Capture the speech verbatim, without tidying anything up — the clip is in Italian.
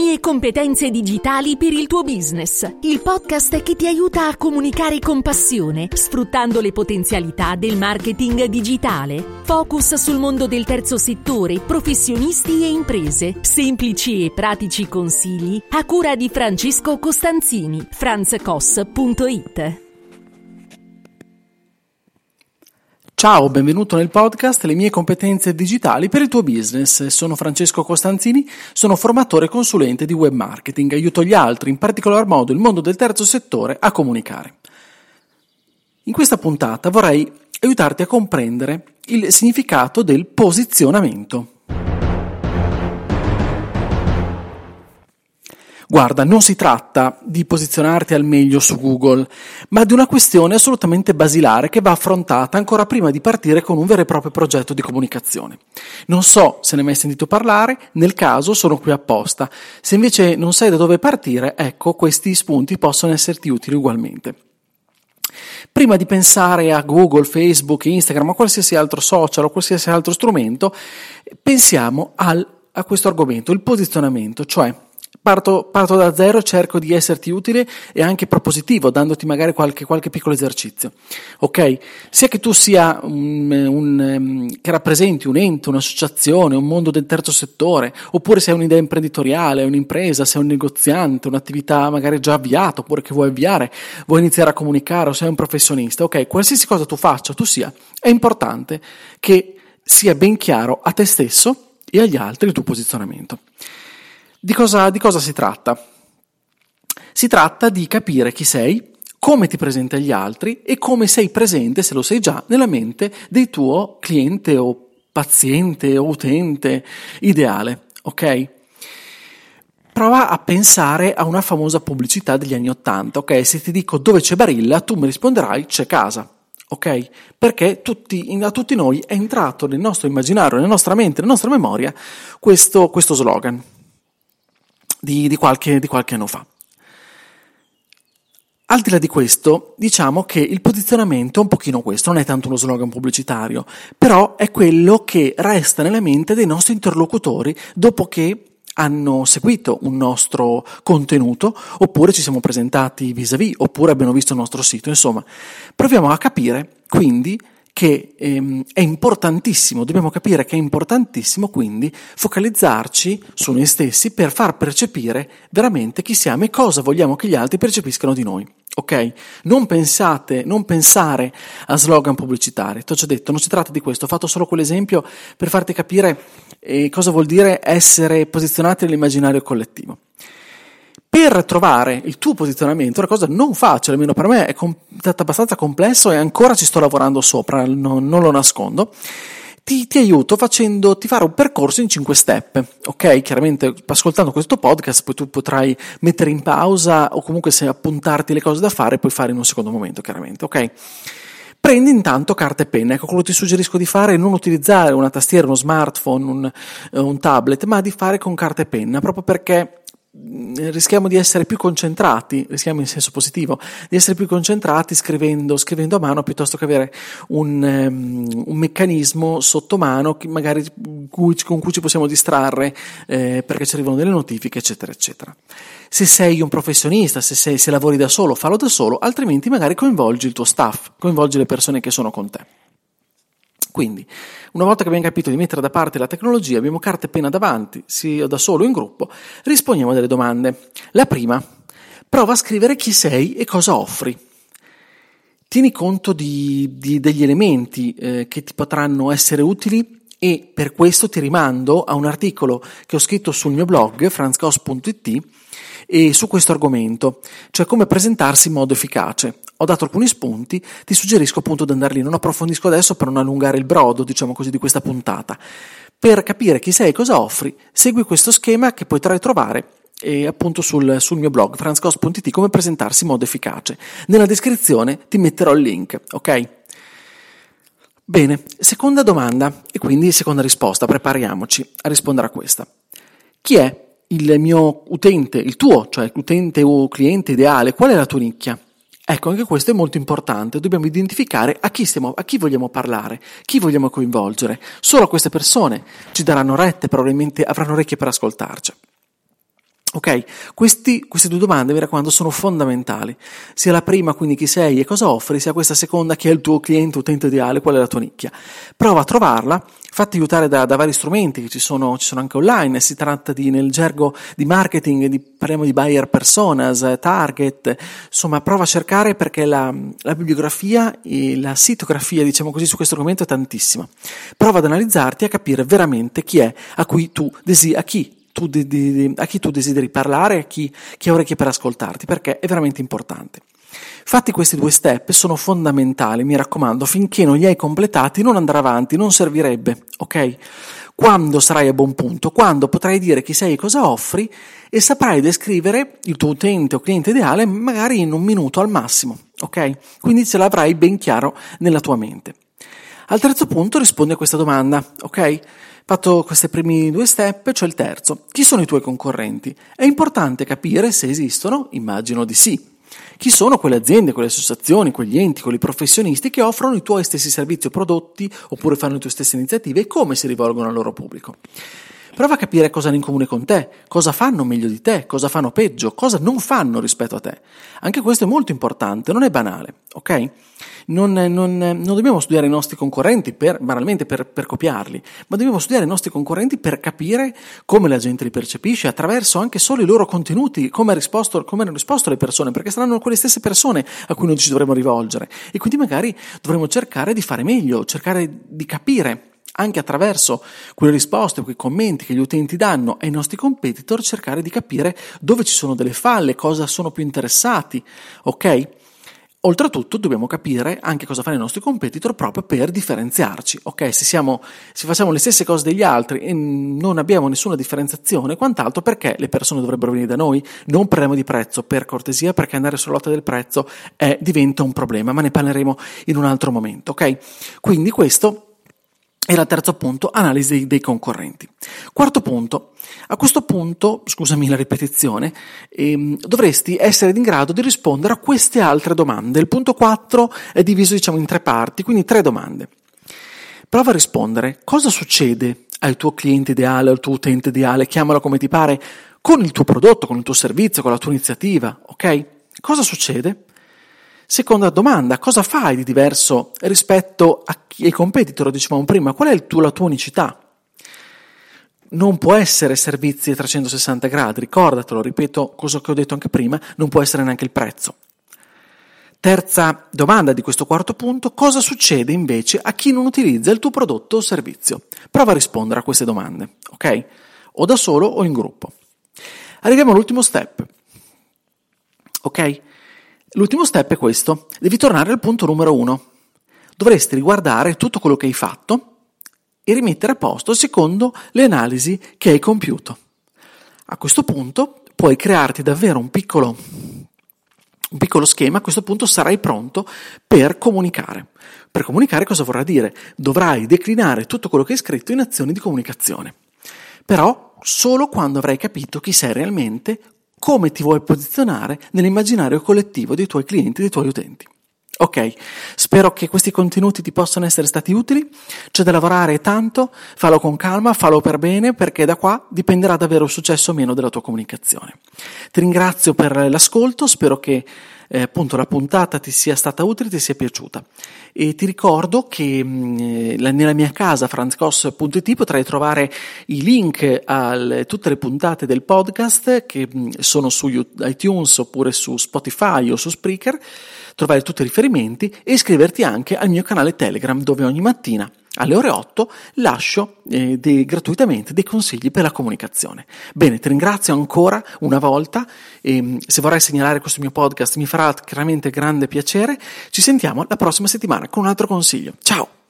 mie competenze digitali per il tuo business. Il podcast che ti aiuta a comunicare con passione, sfruttando le potenzialità del marketing digitale. Focus sul mondo del terzo settore, professionisti e imprese. Semplici e pratici consigli a cura di Francesco Costanzini. franz cos punto it. Ciao, benvenuto nel podcast Le mie competenze digitali per il tuo business. Sono Francesco Costanzini, sono formatore e consulente di web marketing. Aiuto gli altri, in particolar modo il mondo del terzo settore, a comunicare. In questa puntata vorrei aiutarti a comprendere il significato del posizionamento. Guarda, non si tratta di posizionarti al meglio su Google, ma di una questione assolutamente basilare che va affrontata ancora prima di partire con un vero e proprio progetto di comunicazione. Non so se ne hai mai sentito parlare, nel caso sono qui apposta. Se invece non sai da dove partire, ecco, questi spunti possono esserti utili ugualmente. Prima di pensare a Google, Facebook, Instagram o qualsiasi altro social o qualsiasi altro strumento, pensiamo al, a questo argomento, il posizionamento, cioè Parto, parto da zero, cerco di esserti utile e anche propositivo, dandoti magari qualche, qualche piccolo esercizio. Ok? Sia che tu sia un, un, che rappresenti un ente, un'associazione, un mondo del terzo settore, oppure sei un'idea imprenditoriale, un'impresa, sei un negoziante, un'attività magari già avviata, oppure che vuoi avviare, vuoi iniziare a comunicare o sei un professionista. Ok? Qualsiasi cosa tu faccia, tu sia, è importante che sia ben chiaro a te stesso e agli altri il tuo posizionamento. Di cosa, di cosa si tratta? Si tratta di capire chi sei, come ti presenti agli altri e come sei presente, se lo sei già, nella mente del tuo cliente o paziente o utente ideale, ok? Prova a pensare a una famosa pubblicità degli anni Ottanta, ok? Se ti dico dove c'è Barilla, tu mi risponderai c'è casa. Ok? Perché tutti, a tutti noi è entrato nel nostro immaginario, nella nostra mente, nella nostra memoria questo, questo slogan. Di, di, qualche, di qualche anno fa. Al di là di questo, diciamo che il posizionamento è un pochino questo, non è tanto uno slogan pubblicitario, però è quello che resta nella mente dei nostri interlocutori dopo che hanno seguito un nostro contenuto, oppure ci siamo presentati vis-à-vis, oppure abbiano visto il nostro sito. Insomma, proviamo a capire quindi che ehm, è importantissimo, dobbiamo capire che è importantissimo quindi focalizzarci su noi stessi per far percepire veramente chi siamo e cosa vogliamo che gli altri percepiscano di noi, ok? Non pensate, non pensare a slogan pubblicitari, ti ho già detto, non si tratta di questo, ho fatto solo quell'esempio per farti capire eh, cosa vuol dire essere posizionati nell'immaginario collettivo. Per trovare il tuo posizionamento è una cosa non facile, almeno per me è com- abbastanza complesso e ancora ci sto lavorando sopra, non, non lo nascondo. Ti, ti aiuto facendoti fare un percorso in cinque step, ok? Chiaramente ascoltando questo podcast poi tu potrai mettere in pausa o comunque se appuntarti le cose da fare puoi fare in un secondo momento, chiaramente, ok? Prendi intanto carta e penna, ecco quello che ti suggerisco di fare è non utilizzare una tastiera, uno smartphone, un, un tablet, ma di fare con carta e penna, proprio perché rischiamo di essere più concentrati, rischiamo in senso positivo, di essere più concentrati scrivendo, scrivendo a mano piuttosto che avere un, um, un meccanismo sotto mano che magari cui, con cui ci possiamo distrarre eh, perché ci arrivano delle notifiche, eccetera, eccetera. Se sei un professionista, se, sei, se lavori da solo, fallo da solo, altrimenti magari coinvolgi il tuo staff, coinvolgi le persone che sono con te. Quindi, una volta che abbiamo capito di mettere da parte la tecnologia, abbiamo carta e penna davanti, sia da solo o in gruppo, rispondiamo a delle domande. La prima, prova a scrivere chi sei e cosa offri. Tieni conto di, di, degli elementi eh, che ti potranno essere utili e per questo ti rimando a un articolo che ho scritto sul mio blog, franz cos punto it, e su questo argomento, cioè come presentarsi in modo efficace. Ho dato alcuni spunti, ti suggerisco appunto di andare lì, non approfondisco adesso per non allungare il brodo, diciamo così, di questa puntata. Per capire chi sei e cosa offri, segui questo schema che potrai trovare eh, appunto sul, sul mio blog, franz cos punto it, come presentarsi in modo efficace. Nella descrizione ti metterò il link, ok? Bene, seconda domanda e quindi seconda risposta, prepariamoci a rispondere a questa. Chi è il mio utente, il tuo, cioè utente o cliente ideale? Qual è la tua nicchia? Ecco, anche questo è molto importante, dobbiamo identificare a chi stiamo, a chi vogliamo parlare, chi vogliamo coinvolgere. Solo queste persone ci daranno rette, probabilmente avranno orecchie per ascoltarci. Ok, questi, queste due domande, mi raccomando, sono fondamentali. Sia la prima, quindi chi sei e cosa offri, sia questa seconda, chi è il tuo cliente, utente ideale, qual è la tua nicchia. Prova a trovarla, fatti aiutare da, da vari strumenti che ci sono, ci sono anche online. Si tratta di, nel gergo di marketing, di, parliamo di buyer personas, target, insomma prova a cercare, perché la, la bibliografia e la sitografia, diciamo così, su questo argomento è tantissima. Prova ad analizzarti e a capire veramente chi è a cui tu desideri, a chi Tu di, di, a chi tu desideri parlare, a chi, chi ha orecchie per ascoltarti, perché è veramente importante. Fatti questi due step, sono fondamentali, mi raccomando, finché non li hai completati non andare avanti, non servirebbe, ok? Quando sarai a buon punto, quando potrai dire chi sei e cosa offri e saprai descrivere il tuo utente o cliente ideale magari in un minuto al massimo, ok? Quindi ce l'avrai ben chiaro nella tua mente. Al terzo punto rispondi a questa domanda, ok? Fatto questi primi due step, c'è il terzo. Chi sono i tuoi concorrenti? È importante capire se esistono, immagino di sì. Chi sono quelle aziende, quelle associazioni, quegli enti, quei professionisti che offrono i tuoi stessi servizi o prodotti oppure fanno le tue stesse iniziative e come si rivolgono al loro pubblico. Prova a capire cosa hanno in comune con te, cosa fanno meglio di te, cosa fanno peggio, cosa non fanno rispetto a te. Anche questo è molto importante, non è banale, ok? Non, non, non dobbiamo studiare i nostri concorrenti per, banalmente per, per copiarli, ma dobbiamo studiare i nostri concorrenti per capire come la gente li percepisce attraverso anche solo i loro contenuti, come, ha risposto, come hanno risposto le persone, perché saranno quelle stesse persone a cui noi ci dovremo rivolgere e quindi magari dovremo cercare di fare meglio, cercare di capire anche attraverso quelle risposte, quei commenti che gli utenti danno ai nostri competitor, cercare di capire dove ci sono delle falle, cosa sono più interessati, ok? Oltretutto dobbiamo capire anche cosa fanno i nostri competitor proprio per differenziarci, ok? Se siamo, se facciamo le stesse cose degli altri e non abbiamo nessuna differenziazione, quant'altro, perché le persone dovrebbero venire da noi? Non parliamo di prezzo, per cortesia, perché andare sulla lotta del prezzo è, diventa un problema, ma ne parleremo in un altro momento, ok? Quindi questo era il terzo punto, analisi dei, dei concorrenti. Quarto punto, a questo punto, scusami la ripetizione, ehm, dovresti essere in grado di rispondere a queste altre domande. Il punto quattro è diviso, diciamo, in tre parti, quindi tre domande. Prova a rispondere: cosa succede al tuo cliente ideale, al tuo utente ideale, chiamalo come ti pare, con il tuo prodotto, con il tuo servizio, con la tua iniziativa, ok? Cosa succede? Seconda domanda, cosa fai di diverso rispetto a chi, ai competitor, dicevamo prima, qual è il tuo, la tua unicità? Non può essere servizi a trecentosessanta gradi, ricordatelo, ripeto cosa che ho detto anche prima, non può essere neanche il prezzo. Terza domanda di questo quarto punto, cosa succede invece a chi non utilizza il tuo prodotto o servizio? Prova a rispondere a queste domande, ok? O da solo o in gruppo. Arriviamo all'ultimo step, ok? L'ultimo step è questo, devi tornare al punto numero uno. Dovresti riguardare tutto quello che hai fatto e rimettere a posto secondo le analisi che hai compiuto. A questo punto puoi crearti davvero un piccolo, un piccolo schema, a questo punto sarai pronto per comunicare. Per comunicare cosa vorrà dire? Dovrai declinare tutto quello che hai scritto in azioni di comunicazione. Però solo quando avrai capito chi sei realmente, come ti vuoi posizionare nell'immaginario collettivo dei tuoi clienti, dei tuoi utenti. Ok, spero che questi contenuti ti possano essere stati utili, c'è da lavorare tanto, fallo con calma, fallo per bene, perché da qua dipenderà davvero il successo o meno della tua comunicazione. Ti ringrazio per l'ascolto, spero che eh, appunto la puntata ti sia stata utile, ti sia piaciuta. E ti ricordo che mh, nella mia casa franzcos punto it potrai trovare i link a tutte le puntate del podcast che mh, sono su iTunes oppure su Spotify o su Spreaker, trovare tutti i riferimenti e iscriverti anche al mio canale Telegram, dove ogni mattina alle ore otto lascio eh, dei, gratuitamente dei consigli per la comunicazione. Bene, ti ringrazio ancora una volta e se vorrai segnalare questo mio podcast mi farà chiaramente grande piacere. Ci sentiamo la prossima settimana con un altro consiglio. Ciao!